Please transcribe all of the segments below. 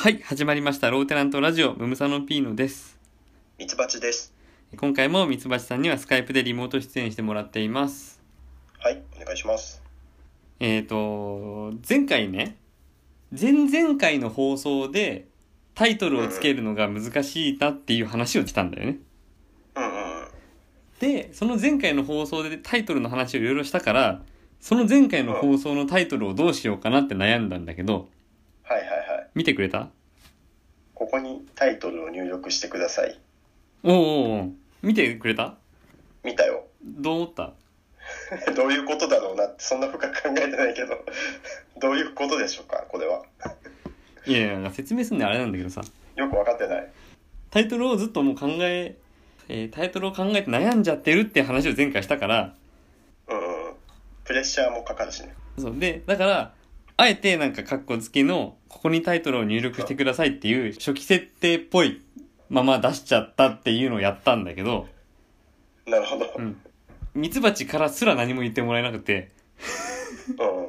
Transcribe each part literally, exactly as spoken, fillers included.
はい、始まりましたローテナントラジオムムサノピーノです。 ミツバチです。 今回もミツバチさんにはスカイプでリモート出演してもらっています。 はい、お願いします。 えーと前回ね前々回の放送でタイトルをつけるのが難しいなっていう話をしたんだよね。 うんうん。 でその前回の放送でタイトルの話をいろいろしたから、その前回の放送のタイトルをどうしようかなって悩んだんだけど、 はいはいはい。 見てくれた？ ここにタイトルを入力してください。 おーおー見てくれた？ 見たよ。 どう思った？ どういうことだろうなってそんな深く考えてないけどどういうことでしょうかこれは。 いやいや説明するのあれなんだけどさ、 よく分かってない。 タイトルをずっともう考ええー、タイトルを考えて悩んじゃってるって話を前回したから、 うんうん。プレッシャーもかかるしね。 そうでだからあえてなんかカッコ付きのここにタイトルを入力してくださいっていう初期設定っぽいまま出しちゃったっていうのをやったんだけど、 なるほど。 うん、ミツバチからすら何も言ってもらえなくてうん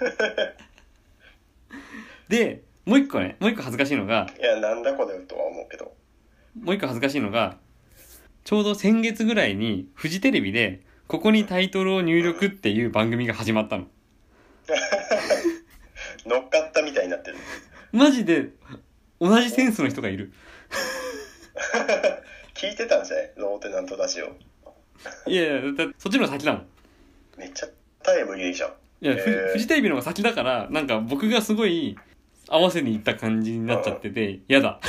でもう一個ねもう一個恥ずかしいのが、 いやなんだこれとは思うけど、 もう一個恥ずかしいのがちょうど先月ぐらいにフジテレビでここにタイトルを入力っていう番組が始まったの。 乗っかったみたいになってる。 マジで同じセンスの人がいる。 聞いてたんじゃないローテナントラジオ。 いやいやだそっちの方が先だもん。 めっちゃタイムリーじゃん。 いや、 えー、 フジテレビの方が先だからなんか僕がすごい合わせに行った感じになっちゃってて嫌だ。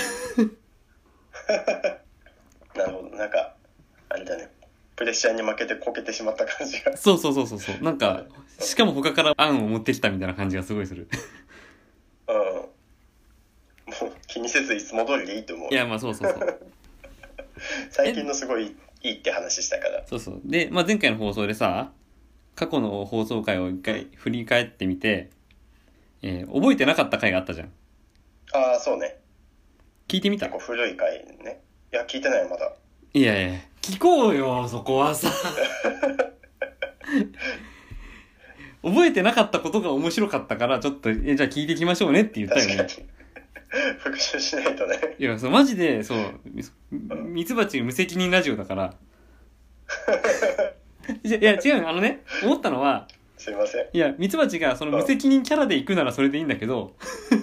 なるほど。なんかあれだね、プレッシャーに負けてこけてしまった感じが。 そうそうそうそうそうなんかしかも他から案を持ってきたみたいな感じがすごいする。 うん、もう気にせずいつも通りでいいと思う。 いやまあそうそうそう最近のすごいいいって話したから。 そうそうで、まあ、前回の放送でさ過去の放送回を一回振り返ってみて、えー、覚えてなかった回があったじゃん。 ああそうね。 聞いてみた？ 結構古い回ね。いや聞いてないまだ。 いやいや聞こうよそこはさ覚えてなかったことが面白かったからちょっとえじゃあ聞いていきましょうねって言ったよね。 確かに復習しないとね。 いやそうマジでそうミツバチ無責任ラジオだからいや違うあのね思ったのはすいません。 いやミツバチがその無責任キャラで行くならそれでいいんだけど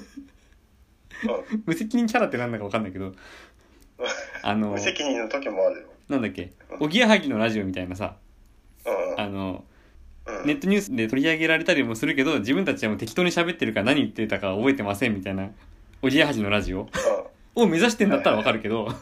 無責任キャラってなんだか分かんないけどあの無責任の時もあるよ。 なんだっけおぎやはぎのラジオみたいなさ、 うん、 あの、 うん、 ネットニュースで取り上げられたりもするけど自分たちはもう適当に喋ってるから何言ってたか覚えてませんみたいなおぎやはぎのラジオ、うん、を目指してんだったら分かるけど、うん、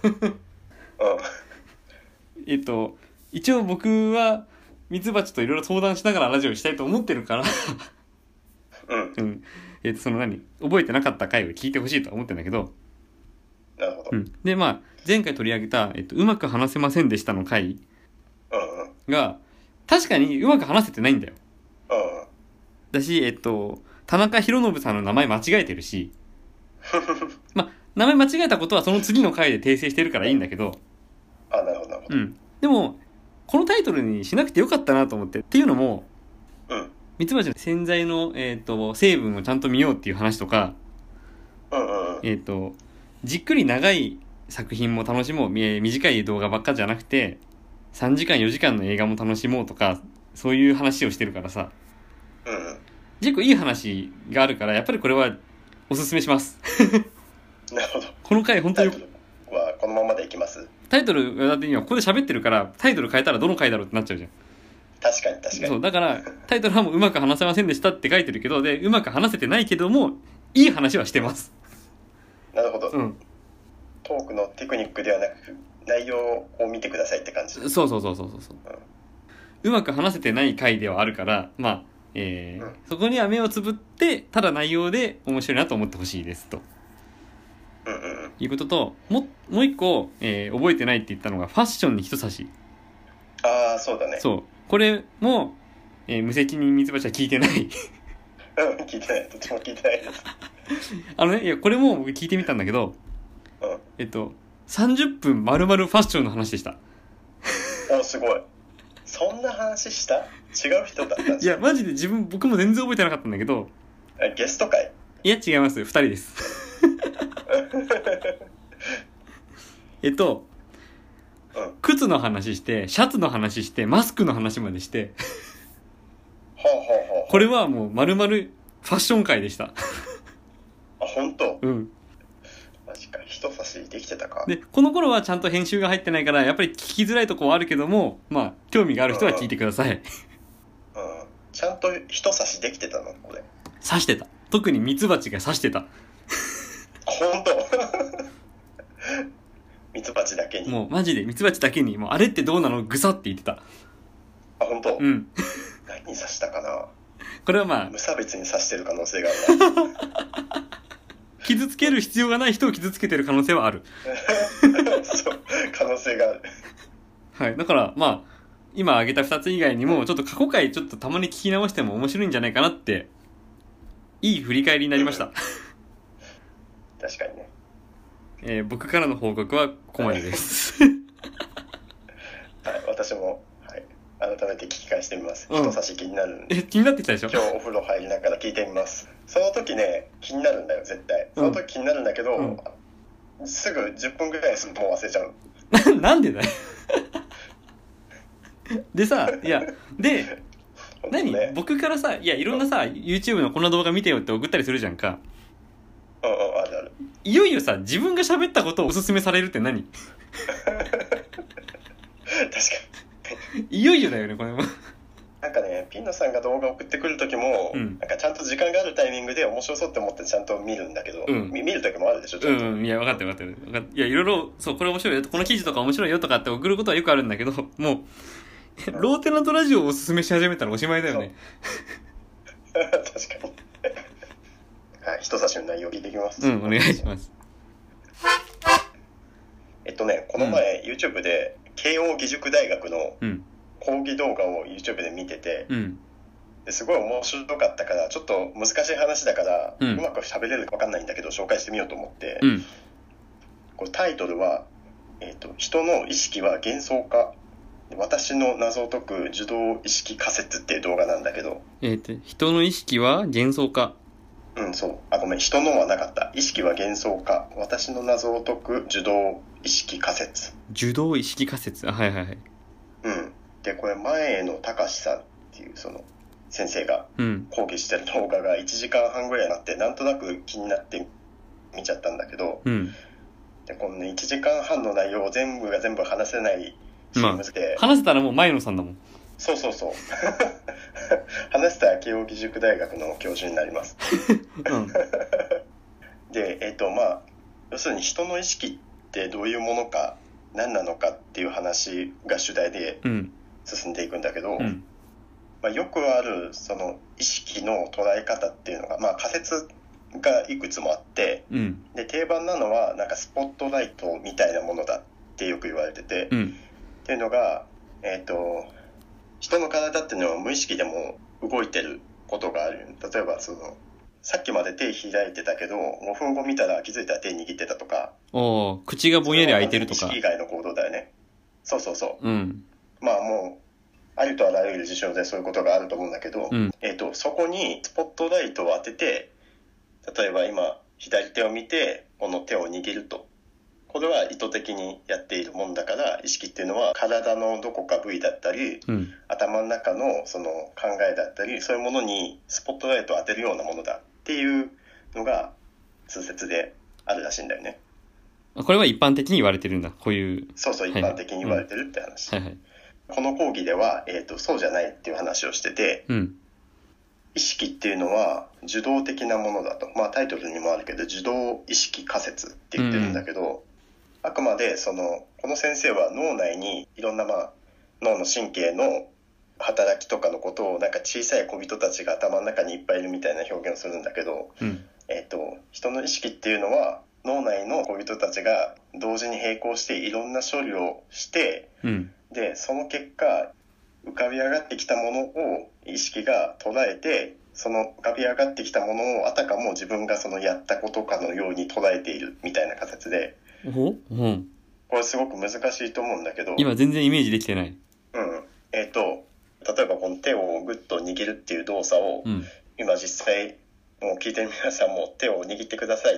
えっと一応僕はミツバチといろいろ相談しながらラジオしたいと思ってるからうん、 うん、えっとその何覚えてなかった回を聞いてほしいと思ってるんだけど、 なるほど。 うん、でまあ前回取り上げた、えっと、うまく話せませんでしたの回が確かにうまく話せてないんだよ。 うんうん、 だし、えっと、田中宏信さんの名前間違えてるしまあ名前間違えたことはその次の回で訂正してるからいいんだけど、 あ、なるほどなるほど。 うん、でもこのタイトルにしなくてよかったなと思って。っていうのもミツバチの洗剤の、えー、と成分をちゃんと見ようっていう話とか、 うんうんうん、 えー、とじっくり長い作品も楽しもう、えー、短い動画ばっかじゃなくてさんじかんよじかんの映画も楽しもうとかそういう話をしてるからさ、 うんうん、 結構いい話があるからやっぱりこれはおすすめしますなるほど。 この回本当にタイトルはこのままでいきます。 タイトルだって今ここで喋ってるからタイトル変えたらどの回だろうってなっちゃうじゃん。 確かに確かに。 そうだからタイトルはもううまく話せませんでしたって書いてるけどでうまく話せてないけどもいい話はしてます。 なるほど、 うん、 トークのテクニックではなく内容を見てくださいって感じ。 そうそうそうそうそう、うん、うまく話せてない回ではあるからまあ、えーうん、そこには目をつぶってただ内容で面白いなと思ってほしいですと、 うんうんうん、 いうこととももう一個、えー、覚えてないって言ったのがファッションに人差し。 ああそうだね。 そうこれも、えー、無責任ミツバチは聞いてないうん聞いてない。どっちも聞いてないですあのねいやこれも僕聞いてみたんだけど、 うん、 えっとさんじゅっぷん丸々ファッションの話でした。 おすごい。そんな話した？違う人だったんですいやマジで自分僕も全然覚えてなかったんだけど。 ゲスト会？ いや違いますふたりですえっと、 うん、 靴の話して、シャツの話して、マスクの話までして、 ほうほうほう。 これはもう丸々ファッション界でした。 あ、本当。 うん。 マジか、人差しできてたか。 で、この頃はちゃんと編集が入ってないから、やっぱり聞きづらいとこはあるけども、まあ、興味がある人は聞いてください。うん。 ちゃんと人差しできてたのこれ。 刺してた。特にミツバチが刺してた。 本当。ミツバチだけに。 もうマジでミツバチだけに、もうあれってどうなのグサって言ってた。 あ、本当。 うん。 何に刺したかな。 これはまあ無差別に刺してる可能性があるな。 傷つける必要がない人を傷つけてる可能性はある。 そう、可能性がある。 はい。だからまあ今挙げたふたつ以外にもちょっと過去回ちょっとたまに聞き直しても面白いんじゃないかなっていい振り返りになりました。 確かにね。 えー、僕からの報告はここまでです。 はい、私も、はい、改めて聞き返してみます。 うん、 人差し気になるんで。 え、気になってきたでしょ。 今日お風呂入りながら聞いてみます。その時ね、気になるんだよ絶対。その時気になるんだけど、うん、すぐじゅっぷんぐらいするともう忘れちゃう。 なんでだよ。でさ、いやで何、ね、僕からさ、いやいろんなさ、うん、YouTube のこの動画見てよって送ったりするじゃんか。 うんうん、あるある。 いよいよさ、自分が喋ったことをおすすめされるって何？ 確かに。いよいよだよねこれも。 なんかね、ピンノさんが動画送ってくる時も、うん、なんかちゃんと時間があるタイミングで面白そうって思ってちゃんと見るんだけど、うん、見る時もあるでしょちょっと。うん、いや分かってる分かってる。いやいろいろそうこれ面白いよ、この記事とか面白いよとかって送ることはよくあるんだけど、もうローテナントラジオをおすすめし始めたらおしまいだよね。 確かに。はい、人差しの内容聞いていきます。 うん、お願いします。 えっとね、この前、うん、YouTube で慶応義塾大学の講義動画を YouTube で見てて、うん、ですごい面白かったからちょっと難しい話だから、うん、うまく喋れるか分かんないんだけど紹介してみようと思って、うん、これタイトルは、えっと、人の意識は幻想か私の謎を解く受動意識仮説っていう動画なんだけど、 えっと人の意識は幻想か。 うん、そう。あ、ごめん、人のはなかった。意識は幻想か。私の謎を解く受動意識仮説。 受動意識仮説。あ、はいはいはい。 うん。で、これ前野隆さんっていうその先生が講義してる動画がいちじかんはんぐらいになって、なんとなく気になって見ちゃったんだけど、うん、でこのねいちじかんはんの内容を全部が全部話せないし、 まあ、話せたらもう前野さんだもん。 そうそうそう。話したら慶應義塾大学の教授になります。うん、で、えっとまあ要するに人の意識ってどういうものか何なのかっていう話が主題で進んでいくんだけど、うんまあ、よくあるその意識の捉え方っていうのが、まあ、仮説がいくつもあって、うん、で定番なのはなんかスポットライトみたいなものだってよく言われてて、うん、っていうのがえっと人の体っていうのは無意識でも動いてることがある。例えばそのさっきまで手開いてたけどごふんご見たら気づいたら手握ってたとか、 お口がぼんやり開いてるとか、 意識以外の行動だよね。そうそうそう、うん、まあもうありとあらゆる事象でそういうことがあると思うんだけど、うんえーと、そこにスポットライトを当てて、例えば今左手を見てこの手を握ると、これは意図的にやっているもんだから、意識っていうのは体のどこか部位だったり、うん、頭の中のその考えだったり、そういうものにスポットライトを当てるようなものだっていうのが通説であるらしいんだよね。 これは一般的に言われてるんだ。こういうそうそう、一般的に言われてるって話、 はいはいうんこの講義では、えーと、そうじゃないっていう話をしてて、うん、意識っていうのは受動的なものだと、まあタイトルにもあるけど受動意識仮説って言ってるんだけど、うん、あくまでそのこの先生は脳内にいろんな、まあ、脳の神経の働きとかのことをなんか小さい小人たちが頭の中にいっぱいいるみたいな表現をするんだけど、うんえーと、人の意識っていうのは脳内の小人たちが同時に並行していろんな処理をして、うんでその結果浮かび上がってきたものを意識が捉えて、その浮かび上がってきたものをあたかも自分がそのやったことかのように捉えているみたいな形で、うん、これすごく難しいと思うんだけど、 今全然イメージできてない。 うんえーと例えばこの手をグッと握るっていう動作を、うん、今実際もう聞いてる皆さんも手を握ってくださいって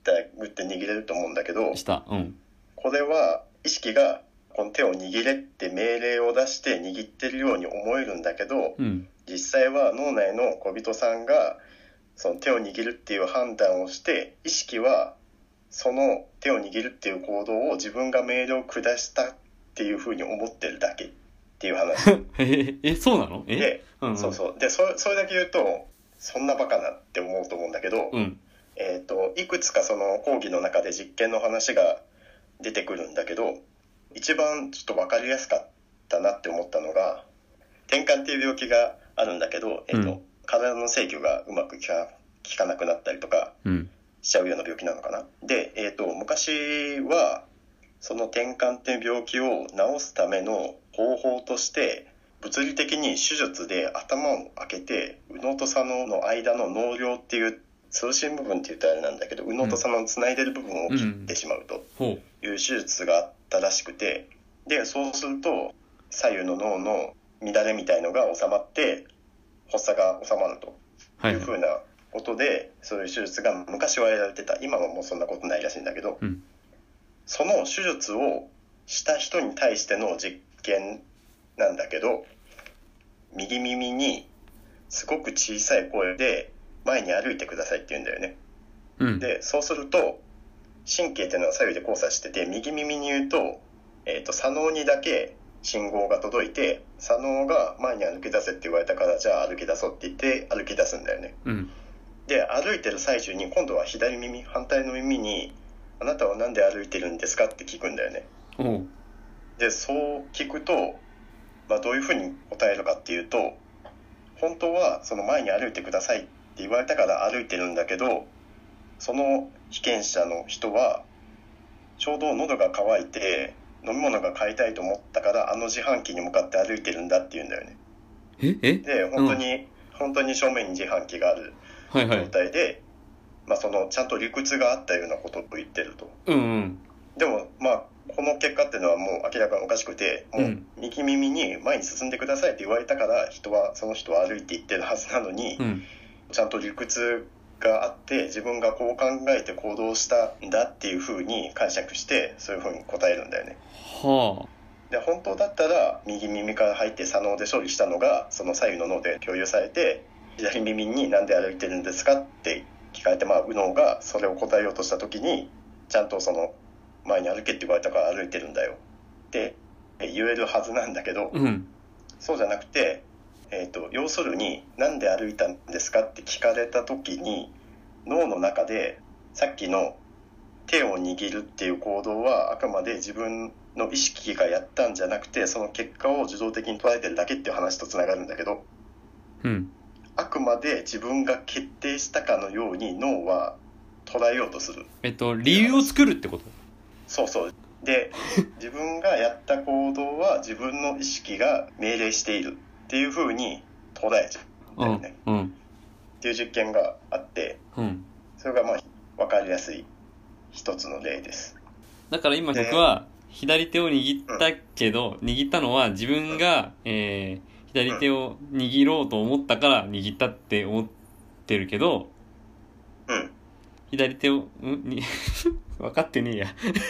グって握れると思うんだけど、 した、うん、 これは意識がこの手を握れって命令を出して握ってるように思えるんだけど、 うん、 実際は脳内の小人さんがその手を握るっていう判断をして、意識はその手を握るっていう行動を自分が命令を下したっていうふうに思ってるだけっていう話ええそうなの？えで、うんうん、そうそうで そ, それだけ言うとそんなバカなって思うと思うんだけど、 うん、 えーと、いくつかその講義の中で実験の話が出てくるんだけど、一番ちょっと分かりやすかったなって思ったのが、転換っていう病気があるんだけど、えーとうん、体の制御がうまく効か、効かなくなったりとかしちゃうような病気なのかな。で、えーと、昔はその転換っていう病気を治すための方法として物理的に手術で頭を開けて右脳と左脳の間の脳梁っていう通信部分って言ったらあれなんだけど、右脳と左脳をつないでる部分を切ってしまうという手術があったらしくて、でそうすると左右の脳の乱れみたいのが収まって発作が収まるというふうなことで、はい、そういう手術が昔はやられてた。今はもうそんなことないらしいんだけど、うん、その手術をした人に対しての実験なんだけど、右耳にすごく小さい声で前に歩いてくださいって言うんだよね、うん、でそうすると神経っていうのは左右で交差してて、右耳に言うと、えーと、左脳にだけ信号が届いて、左脳が前に歩き出せって言われたから、じゃあ歩き出そうって言って歩き出すんだよね、うん、で歩いてる最中に今度は左耳、反対の耳にあなたはなんで歩いてるんですかって聞くんだよね。おでそう聞くと、まあ、どういうふうに答えるかっていうと、本当はその前に歩いてくださいって言われたから歩いてるんだけど、その被験者の人はちょうど喉が渇いて飲み物が買いたいと思ったからあの自販機に向かって歩いてるんだって言うんだよね。 ええで本当に、うん、本当に正面に自販機がある状態で、はいはい、まあ、そのちゃんと理屈があったようなことを言ってると、うんうん、でもまあこの結果っていうのはもう明らかにおかしくて、もう右耳に前に進んでくださいって言われたから人はその人は歩いていってるはずなのに、うん、ちゃんと理屈があって自分がこう考えて行動したんだっていう風に解釈してそういう風に答えるんだよね。はあ。で本当だったら右耳から入って左脳で処理したのがその左右の脳で共有されて、左耳になんで歩いてるんですかって聞かれて、まあ右脳がそれを答えようとした時にちゃんとその前に歩けって言われたから歩いてるんだよって言えるはずなんだけど、うん、そうじゃなくて、えーと、要するになんで歩いたんですかって聞かれた時に脳の中でさっきの手を握るっていう行動はあくまで自分の意識がやったんじゃなくて、その結果を自動的に捉えてるだけっていう話とつながるんだけど、うん、あくまで自分が決定したかのように脳は捉えようとする。 えっと理由を作るってこと？ そうそうで自分がやった行動は自分の意識が命令しているっていう風に捉えちゃうんだよね、うんうん、っていう実験があって、うん、それがまあ分かりやすい一つの例です。 だから今僕は左手を握ったけど、うん、握ったのは自分が、うんえー、左手を握ろうと思ったから握ったって思ってるけど、うん、左手をんに分かってねえや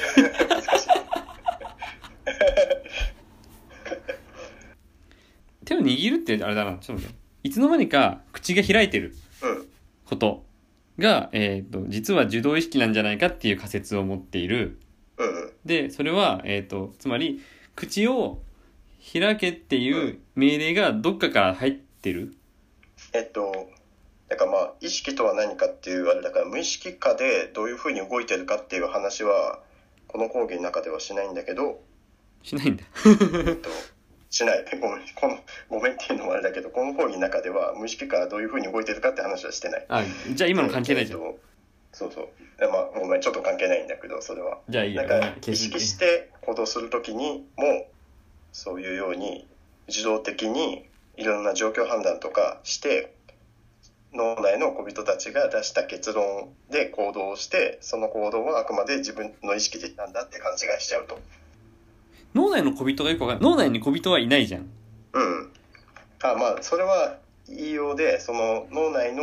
手を握るってあれだな、ちょっと待って、いつの間にか口が開いてることが、えーと、実は受動意識なんじゃないかっていう仮説を持っている。でそれは、えーと、つまり口を開けっていう命令がどっかから入ってる。 えっとだからまあ意識とは何かっていうあれだから、無意識下でどういうふうに動いてるかっていう話はこの講義の中ではしないんだけど。 しないんだえっとしないごめんこのごめんっていうのもあれだけど、この講義の中では無意識下どういうふうに動いてるかって話はしてない。 あ、じゃあ今の関係ないじゃん、えっと、 そうそう、まあごめんちょっと関係ないんだけど、それはじゃあいいや。 なんか意識して行動するときにもそういうように自動的にいろんな状況判断とかして脳内の小人たちが出した結論で行動をして、その行動はあくまで自分の意識でなんだって勘違いしちゃうと。 脳内の小人がよくわかんない。脳内に小人はいないじゃん。 うん。あ、まあそれは言いようで、その脳内の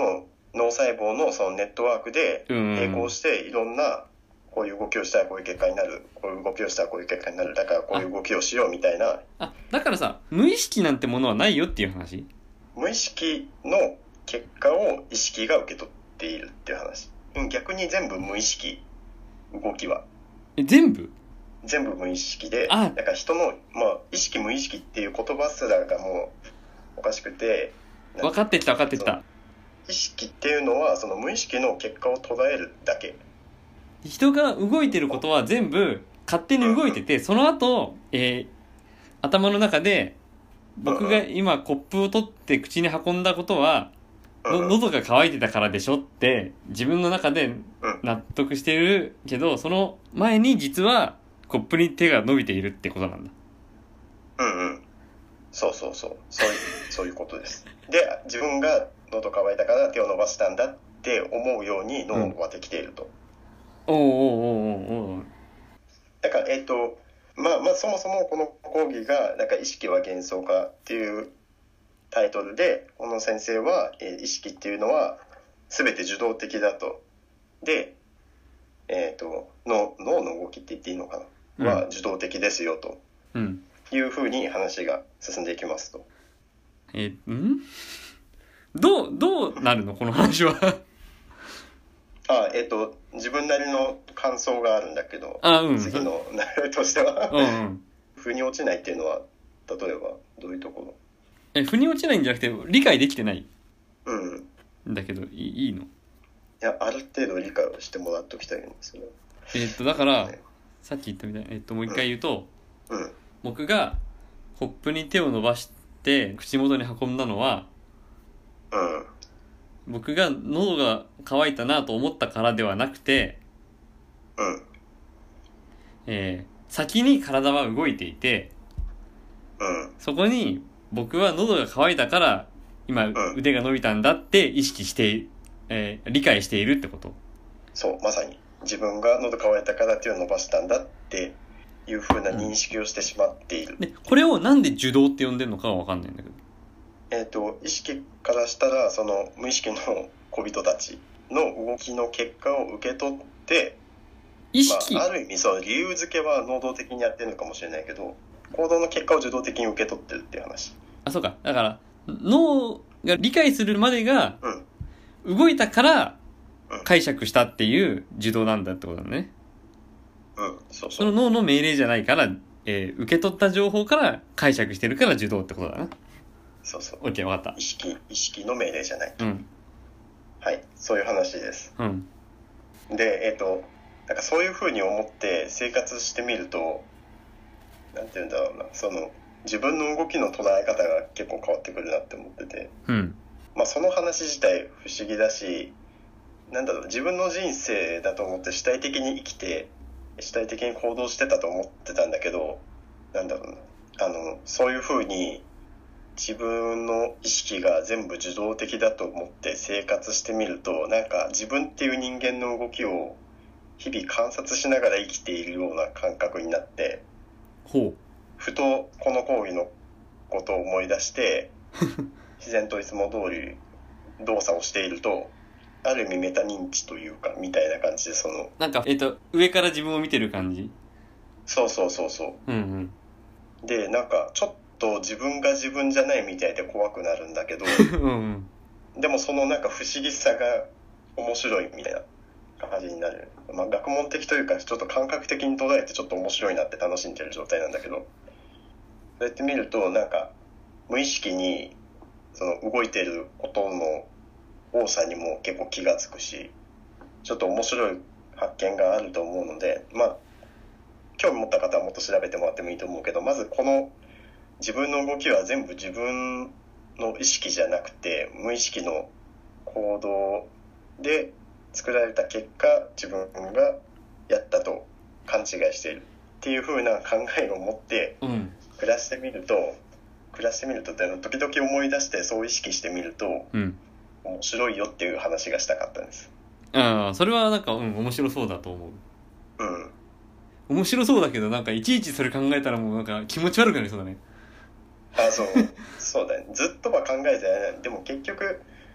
脳細胞のそのネットワークで並行していろんなこういう動きをしたらこういう結果になる、こういう動きをしたらこういう結果になる、だからこういう動きをしようみたいな。 あ、だからさ、無意識なんてものはないよっていう話？ 無意識の結果を意識が受け取っているっていう話。逆に全部無意識、動きは。 え、全部？ 全部無意識で、だから人の、まあ、意識無意識っていう言葉すらがもうおかしくて。 分かってきた分かってきた。 意識っていうのはその無意識の結果を捉えるだけ。 人が動いてることは全部勝手に動いてて、その後、えー、頭の中で僕が今コップを取って口に運んだことは、の喉が渇いてたからでしょって自分の中で納得してるけど、その前に実はコップに手が伸びているってことなんだ。 うんうん。そうそうそう。そういう、そういうことです。で、自分が喉乾いたから手を伸ばしたんだって思うように脳はできていると。 うん、おうおうおうおう。 だから、えっと、まあまあそもそもこの講義が、なんか意識は幻想かっていうタイトルで、この先生は、えー、意識っていうのは全て受動的だと。で、えっと、脳、脳の動きって言っていいのかな、うん、は受動的ですよと。うん。いうふうに話が進んでいきますと。 え、んどう、どうなるのこの話は。 あ、えっと、自分なりの感想があるんだけど、 あ、うん、 次の流れとしては、うん、うん、腑に落ちないっていうのは、例えばどういうところ？ え、腑に落ちないんじゃなくて、理解できてない。 うん。 だけど、いい、いいの？いや、ある程度理解をしてもらっておきたいんですよね。 えっと、だから、ね、さっき言ったみたいに、えっと、もう一回言うと、うん、うん、僕がコップに手を伸ばして口元に運んだのは、うん、僕が喉が渇いたなと思ったからではなくて、うん、えー、先に体は動いていて、うん、そこに僕は喉が渇いたから今腕が伸びたんだって意識して、えー、理解しているってこと？ そう、まさに自分が喉渇いたから手を伸ばしたんだっていう風な認識をしてしまっている、 うん、でこれをなんで受動って呼んでるのかは分かんないんだけど、 えーと、意識からしたらその無意識の小人たちの動きの結果を受け取って意識、まあ、ある意味そう理由付けは能動的にやってるのかもしれないけど行動の結果を受動的に受け取ってるっていう話。 あ、そうか。だから脳が理解するまでが動いたから解釈したっていう受動なんだってことだね。うん、そうそう。その脳の命令じゃないから、えー、受け取った情報から解釈してるから受動ってことだな。 そうそう。 オッケー、分かった。 意識、意識の命令じゃない。うん。はい、そういう話です。うん。で、えっと、なんかそういう風に思って生活してみると、なんていうんだろうな、その自分の動きの捉え方が結構変わってくるなって思ってて、うん。まあその話自体不思議だし、なんだろう、自分の人生だと思って主体的に生きて、主体的に行動してたと思ってたんだけど、なんだろうな、あの、そういう風に、自分の意識が全部受動的だと思って生活してみると、なんか自分っていう人間の動きを日々観察しながら生きているような感覚になって、ほう。ふとこの行為のことを思い出して自然といつも通り動作をしていると、ある意味メタ認知というかみたいな感じで、そのなんかえっと上から自分を見てる感じ。 そうそうそうそう。うんうん。で、なんかちょっとと自分が自分じゃないみたいで怖くなるんだけど、うんうん、でもそのなんか不思議さが面白いみたいな感じになる、まあ、学問的というかちょっと感覚的に捉えてちょっと面白いなって楽しんでる状態なんだけど、そうやって見るとなんか無意識にその動いてることの多さにも結構気がつくし、ちょっと面白い発見があると思うので、まあ興味持った方はもっと調べてもらってもいいと思うけど、まずこの自分の動きは全部自分の意識じゃなくて無意識の行動で作られた結果自分がやったと勘違いしているっていう風な考えを持って暮らしてみると、うん、暮らしてみるとって時々思い出してそう意識してみると、うん、面白いよっていう話がしたかったんです。 ああ、それはなんか、うん、面白そうだと思う。うん。面白そうだけどなんかいちいちそれ考えたらもうなんか気持ち悪くなりそうだね。 あ、そうそうだね。ずっとは考えてない。でも結局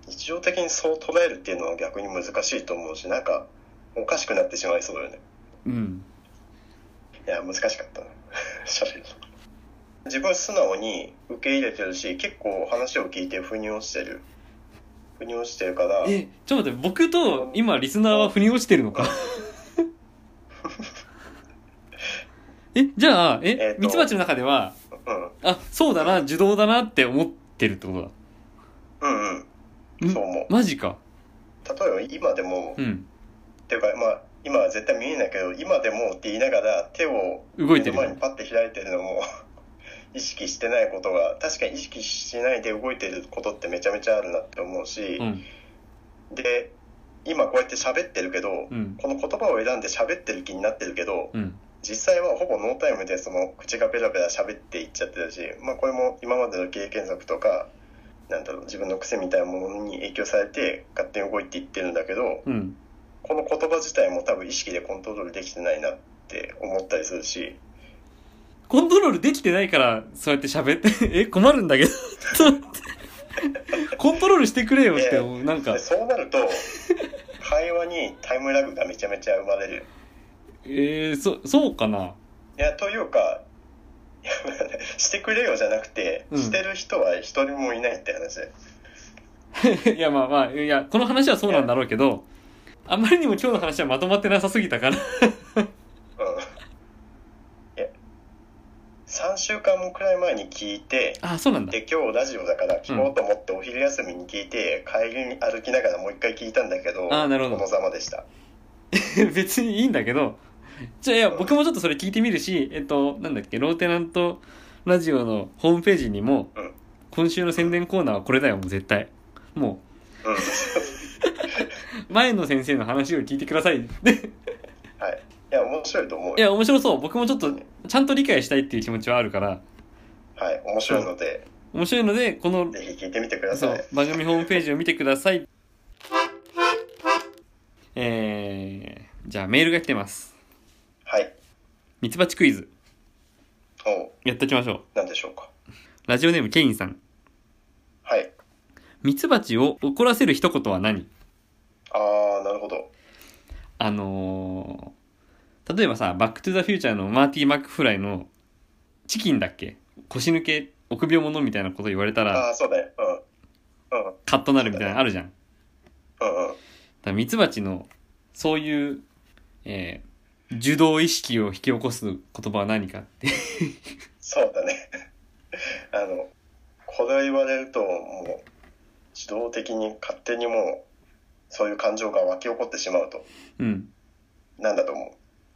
日常的にそう捉えるっていうのは逆に難しいと思うし、なんかおかしくなってしまいそうだよね。 うん。 いや難しかったな喋るの。自分素直に受け入れてるし、結構話を聞いて腑に落ちてる腑に落ちてるから。 えちょっと待って、僕と今リスナーは腑に落ちてるのかえじゃあえミツバチの中では、うん、あそうだな受動だなって思ってるってことだ。 うんうんそう思う。 マジか。 例えば今でも、 うん、 っていうかまあ今は絶対見えないけど、今でもって言いながら手を動いてる前にパッて開いてるのも意識してないことが、確かに意識しないで動いてることってめちゃめちゃあるなって思うし、うん、で今こうやって喋ってるけど、うん、この言葉を選んで喋ってる気になってるけど、うん、実際はほぼノータイムでその口がペラペラ喋っていっちゃってるし、まあこれも今までの経験則とかなんだろう自分の癖みたいなものに影響されて勝手に動いていってるんだけど、うん、この言葉自体も多分意識でコントロールできてないなって思ったりするし、 コントロールできてないからそうやって喋ってえ困るんだけどコントロールしてくれよって思う。なんかそうなると会話にタイムラグがめちゃめちゃ生まれる。 えー、そそうかな。 いやというかしてくれよじゃなくて、うん、してる人は一人もいないって話でいやまあまあいやこの話はそうなんだろうけど、あまりにも今日の話はまとまってなさすぎたからうんさんしゅうかんもくらい前に聞いて、 あそうなんだ。 で今日ラジオだから聞こうと思ってお昼休みに聞いて、うん、帰りに歩きながらもう一回聞いたんだけど、 あなるほどこのざまでした別にいいんだけど、じゃあいや、うん、僕もちょっとそれ聞いてみるし、えっとなんだっけローテナントラジオのホームページにも、うん、今週の宣伝コーナーはこれだよもう絶対もう、うん、前の先生の話を聞いてくださいはいいや面白いと思うよ。 いや面白そう。僕もちょっとちゃんと理解したいっていう気持ちはあるから、 はい面白いので面白いのでこのぜひ聞いてみてください。 そう番組ホームページを見てくださいえー、じゃあメールが来てます。 はい。 ミツバチクイズおやっていきましょう。 何でしょうか。 ラジオネームケインさん。 はい。 ミツバチを怒らせる一言は何？ あーなるほど。 あのー例えばさ、バックトゥザフューチャーのマーティー・マックフライのチキンだっけ腰抜け臆病者みたいなこと言われたら、 ああそうだよ、うんうん、 カッとなるみたいなのあるじゃん。 うんうん。 だからミツバチのそういう、えー、受動意識を引き起こす言葉は何かってそうだねあのこれを言われるともう自動的に勝手にもうそういう感情が湧き起こってしまうと、 うん、 なんだと思う。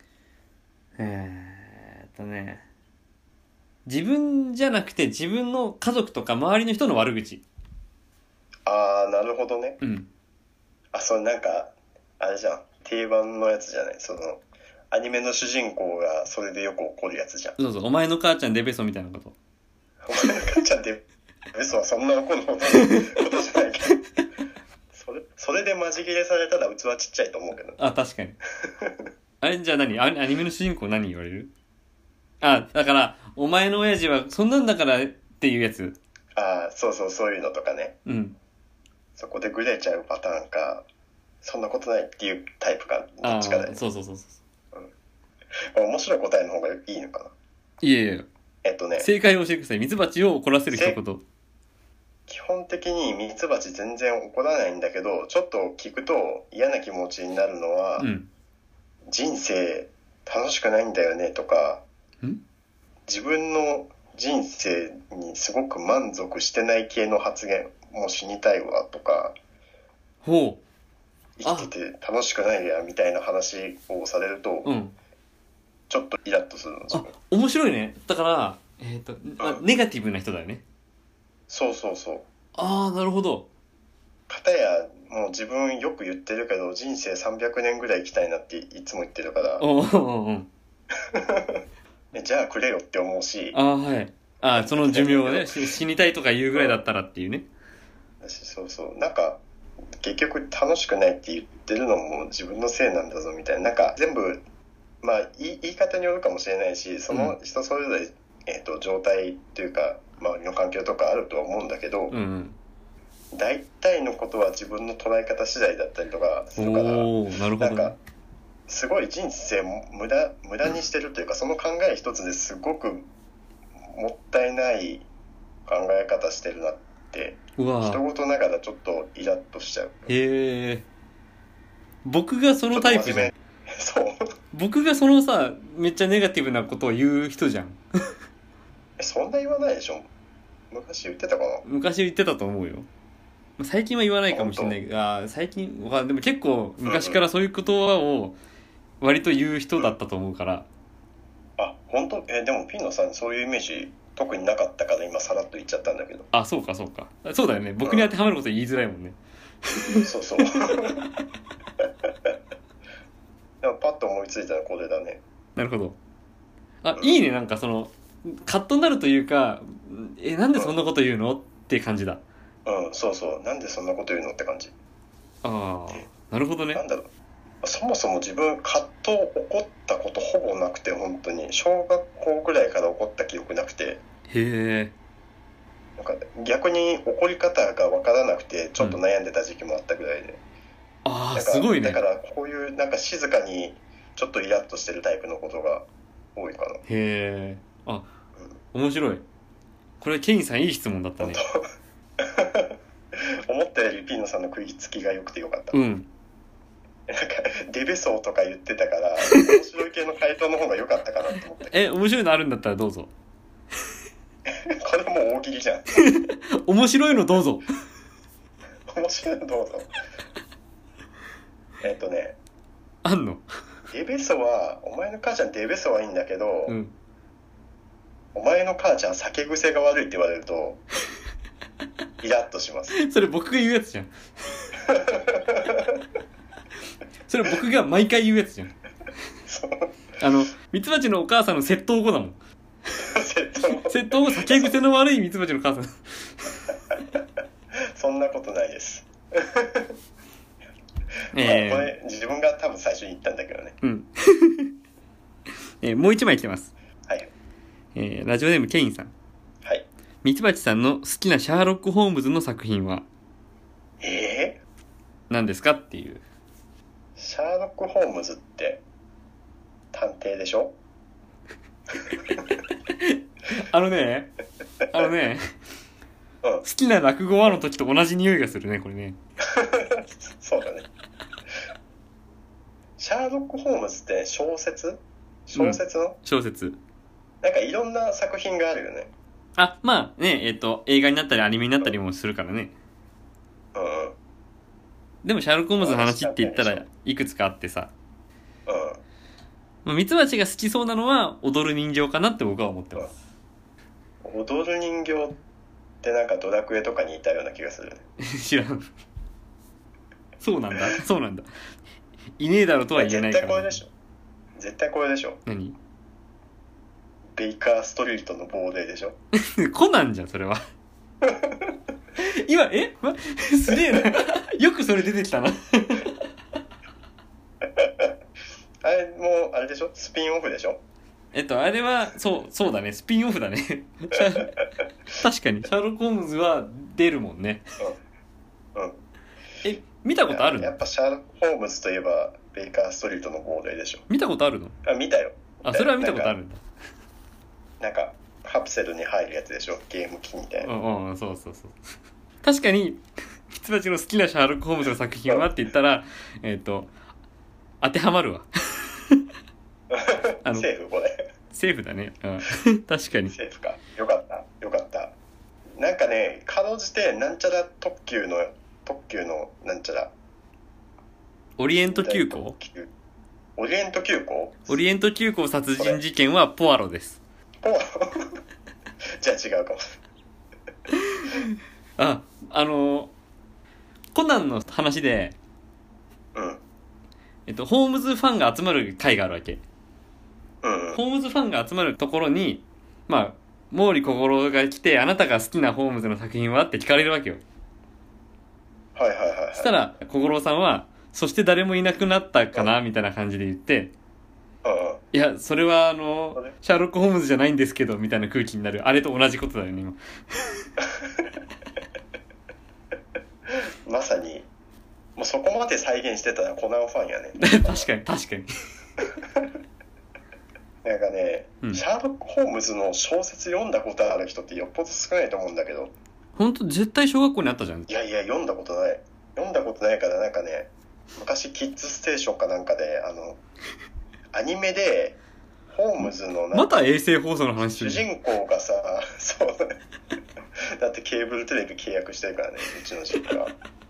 えーっとね自分じゃなくて自分の家族とか周りの人の悪口。 ああなるほどね。 うんあそれなんかあれじゃん定番のやつじゃない、そのアニメの主人公がそれでよく怒るやつじゃん。 そうそうお前の母ちゃんデベソみたいなこと。 お前の母ちゃんデベソはそんな怒ることじゃないけどそれそれでマジ切れされたら器ちっちゃいと思うけど。 あ確かにあれじゃあ何アニメの主人公何言われる？あだからお前の親父はそんなんだからっていうやつ。 あそうそうそういうのとかね。 うんそこでグレちゃうパターンかそんなことないっていうタイプかどっちかだよね。 そうそうそうそう、 うん、面白い答えの方がいいのかな。 いえいええっとね正解を教えてください。ミツバチを怒らせる一言。 基本的にミツバチ全然怒らないんだけどちょっと聞くと嫌な気持ちになるのは、 うん、 人生楽しくないんだよねとかん自分の人生にすごく満足してない系の発言、もう死にたいわとかほう生きてて楽しくないやみたいな話をされると、 うん、 ちょっとイラッとするの。 あ面白いね。だからえーとうん、ネガティブな人だよね。 そうそうそう。 ああなるほど。 片やもう自分よく言ってるけど人生さんびゃくねんぐらい生きたいなっていつも言ってるからおーおーおーじゃあくれよって思うし、 あはいあその寿命をね死にたいとか言うぐらいだったらっていうね。 そうそうなんか結局楽しくないって言ってるのも自分のせいなんだぞみたいな、なんか全部まあ言い、言い方によるかもしれないしその人それぞれ、うんえーと、状態というか周りの環境とかあるとは思うんだけど、 うんうん、 大体のことは自分の捉え方次第だったりとかするから、 おー、なるほどね。 なんかすごい人生無駄無駄にしてるというか、その考え一つですごくもったいない考え方してるなってうわ人事ながらちょっとイラッとしちゃう。 へえ。僕がそのタイプじゃん。 そう僕がそのさ、めっちゃネガティブなことを言う人じゃん。 そんな言わないでしょ。昔言ってたかな。 昔言ってたと思うよ。最近は言わないかもしれないけど、あ最近はでも結構昔からそういう言葉を割と言う人だったと思うから。 うん、あ、本当？えでもピンノさんそういうイメージ特になかったから今さらっと言っちゃったんだけど。 あ、そうかそうか。そうだよね。僕に当てはまること言いづらいもんね。 うん、そうそう。でもパッと思いついたらこれだね。 なるほど。あ、いいね。なんかそのカッとなるというか、えなんでそんなこと言うのって感じだ。 うん、そうそう。なんでそんなこと言うのって感じ。 ああ、なるほどね。 なんだろう。そもそも自分葛藤起こったことほぼなくて、本当に小学校ぐらいから起こった記憶なくて。 へえ。 なんか逆に起こり方が分からなくてちょっと悩んでた時期もあったぐらいで、 うん、ああすごいね。 だからこういうなんか静かにちょっとイラッとしてるタイプのことが多いかな。へえ。あ、うん、面白い。これケインさんいい質問だったね。 思ったよりピーノさんの食いつきが良くてよかった。 うん。 なんかデベソーとか言ってたから面白い系の回答の方が良かったかなと思って。 え、面白いのあるんだったらどうぞ。 これもう大喜利じゃん。 面白いのどうぞ。 面白いのどうぞ。えっとね、 あんの？ デベソはお前の母ちゃんデベソはいいんだけど、 うん、 お前の母ちゃん酒癖が悪いって言われるとイラッとします。 それ僕が言うやつじゃん。それ僕が毎回言うやつじゃん。あのミツバチのお母さんの窃盗後だもん。窃盗後酒癖の悪いミツバチの母さん。 そんなことないです。 えーまあ、これ自分が多分最初に言ったんだけどね。 うん。えー、もう一枚来てます。 はい。 えー、ラジオネームケインさん。 はい。 ミツバチさんの好きなシャーロック・ホームズの作品はえー、何ですかっていう。 シャーロック・ホームズって探偵でしょ？ あのね、あのね、 うん、 好きな落語はの時と同じ匂いがするね、これね。 そうだね。シャーロック・ホームズって小説？小説の、うん、 小説。 なんかいろんな作品があるよね。 あ、まあね、えっと、映画になったりアニメになったりもするからね。 うん。うん、 でもシャーロック・ホームズの話って言ったらいくつかあってさ。 うん。 ミツバチが好きそうなのは踊る人形かなって僕は思ってます。 うん、踊る人形ってなんかドラクエとかにいたような気がするね。 知らん。そうなんだ。そうなんだ。いねえだろとは言えないから。 絶対これでしょ。絶対これでしょ。 何？ ベイカーストリートの亡霊でしょ。 コナンじゃんそれは。今え、ま、すげえな。よくそれ出てきたな。 あれもうあれでしょ、スピンオフでしょ。 えっとあれはそうそうだね、スピンオフだね。確かにシャーロック・ホームズは出るもんね。 うん、うん、 え見たことあるの？ やっぱシャーロック・ホームズといえばベイカーストリートの亡霊でしょ。 見たことあるの？ あ、見たよ。 あ、それは見たことあるんだ。 なんかカプセルに入るやつでしょ、ゲーム機みたいな。 うんうん、そうそうそう。確かにミツバチの好きなシャーロック・ホームズの作品はって言ったらえっと当てはまるわ。 あのセーフこれ。 セーフだね。うん、確かに。 セーフか。よかったよかった。なんかね、かろうじてなんちゃら特急の特急のなんちゃら。 オリエント急行？ オリエント急行？ オリエント急行殺人事件はポアロです。 ポアロ？じゃあ違うかも。 あ、あのコナンの話で、 うん、 えっとホームズファンが集まる会があるわけ。 うんうん、 ホームズファンが集まるところに、まあ毛利小五郎が来て、あなたが好きなホームズの作品はって聞かれるわけよ。 はいはいはい、はい。 そしたら小五郎さんは、そして誰もいなくなったかな、うん、みたいな感じで言って、 うん、 いやそれはあのシャーロック・ホームズじゃないんですけどみたいな空気になる。あれと同じことだよね今。 で再現してたらコナンファンやね確かに確かになんかね、うん、シャーロック・ホームズの小説読んだことある人ってよっぽど少ないと思うんだけど。 本当絶対小学校にあったじゃん。 いやいや、読んだことない読んだことないからなんかね、昔キッズステーションかなんかであのアニメでホームズのまた衛星放送の話主人公がさそうだってケーブルテレビ契約してるからね、うちの実家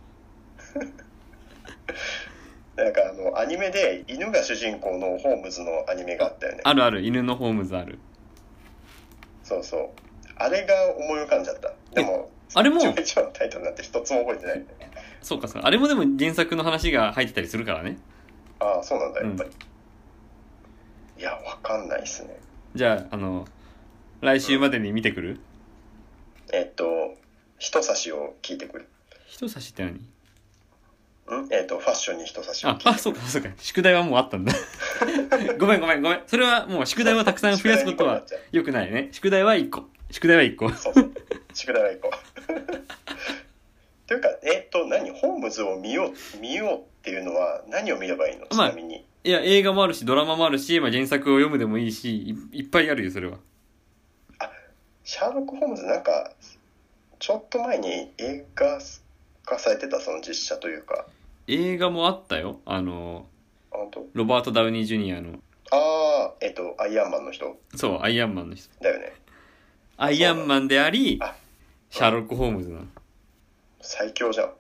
なんかあのアニメで犬が主人公のホームズのアニメがあったよね。 あるある、犬のホームズある。 そうそう、あれが思い浮かんじゃった。でもあれも一番のタイトルなんて一つも覚えてない、ね、 そうかそうか、あれもでも原作の話が入ってたりするからね。 ああそうなんだやっぱり、うん、いやわかんないっすね。 じゃああの来週までに見てくる、うん、 えっと人差しを聞いてくる。 人差しって何？ んえっ、ー、とファッションに人差しを聞いてくる。ああそうかそうか、宿題はもうあったんだごめんごめんごめん、それはもう宿題をたくさん増やすことはよくないね。宿題はいっこ宿題はいっこそうそう宿題はいっこというかえっ、ー、と何ホームズを見よう見ようっていうのは何を見ればいいの、ちなみに、まあ、 いや映画もあるしドラマもあるし、まあ、原作を読むでもいいし い, いっぱいあるよそれは。 あシャーロック・ホームズなんかちょっと前に映画化されてた、その実写というか映画もあったよ。あのロバート・ダウニー・ジュニアのああえっ、ー、とアイアンマンの人。 そうアイアンマンの人だよね。 アイアンマンでありあシャーロック・ホームズなの。 最強じゃんい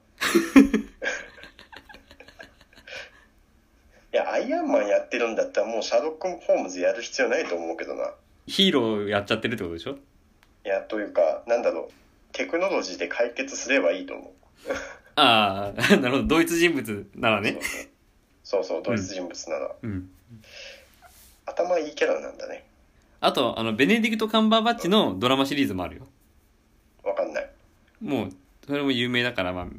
やアイアンマンやってるんだったらもうシャーロック・ホームズやる必要ないと思うけどな。 ヒーローやっちゃってるってことでしょ。 いやというかなんだろう、テクノロジーで解決すればいいと思うああなるほど、同一人物ならね。 そうそう、同一人物なら、 うんうん、 頭いいキャラなんだね。 あとあのベネディクト・カンバーバッチのドラマシリーズもあるよ。 わかんない。 もうそれも有名だから、まあ、うん、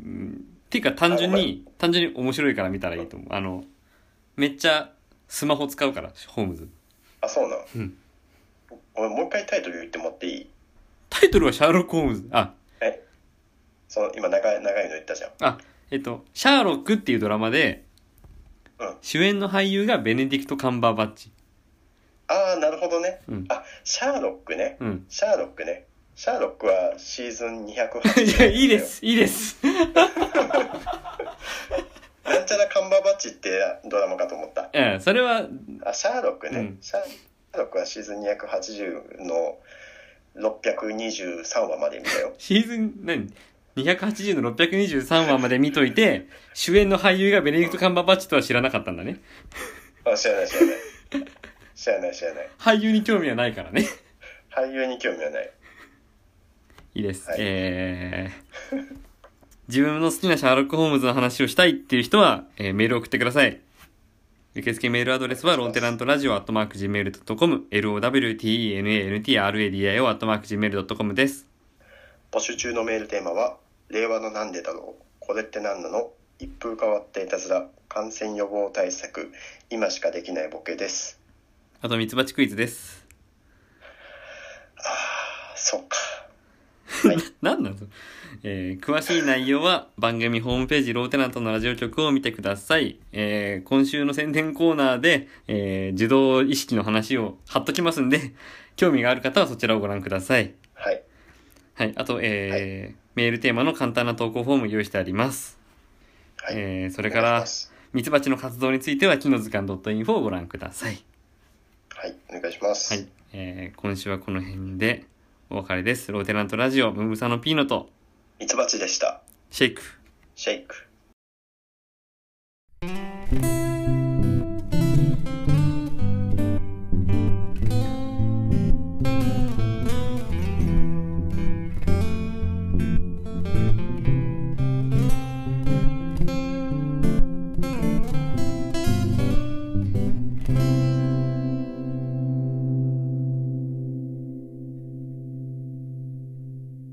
っていうか単純に単純に面白いから見たらいいと思う。あのめっちゃスマホ使うからホームズ。 あ、そうなの。 うん。 俺もう一回タイトル言ってもらっていい？ タイトルはシャーロック・ホームズ。あ、 え、その今長い長いの言ったじゃん。 あ、えっとシャーロックっていうドラマで、 うん、 主演の俳優がベネディクト・カンバーバッチ。 ああなるほどね、 うん、 あシャーロックね、 うん、 シャーロックね。シャーロックはシーズンにひゃくはちじゅういやいいですいいですなんちゃらカンバーバッチってドラマかと思った。 いやそれはあシャーロックね、 うん、 シャーロックはシーズンにひゃくはちじゅうのろっぴゃくにじゅうさんわまで見たよ。 シーズン何にひゃくはちじゅうのろっぴゃくにじゅうさんわまで見といて主演の俳優がベネディクト・カンバーバッチとは知らなかったんだね。 あ知らない知らない知らない知らない。 俳優に興味はないからね。 俳優に興味はない。 いいです、はい、えー、自分の好きなシャーロック・ホームズの話をしたいっていう人は、えー、メールを送ってください。受付メールアドレスはロンテナントラジオアットマーク ジーメールドットコム ローダブリューティーイーエヌエーエヌティーアールエーディーアイオー アットマーク ジーメールドットコム です。 募集中のメールテーマは令和のなんでだろう、これって何なの、一風変わっていたずら、感染予防対策、今しかできないボケです。 あとミツバチクイズです。 あーそっかはい、なんなんですか、えー、詳しい内容は番組ホームページローテナントのラジオ局を見てください。えー、今週の宣伝コーナーで、えー、受動意識の話を貼っときますんで、興味がある方はそちらをご覧ください。 はい。 はい、あと、えーはい、 メールテーマの簡単な投稿フォーム用意してあります。はい、えー、それからミツバチの活動については木の図鑑 .info をご覧ください。 はい、お願いします。 はい、えー、今週はこの辺でお別れです。ローテナントラジオムムサノピーノとミツバチでした。 シェイクシェイク。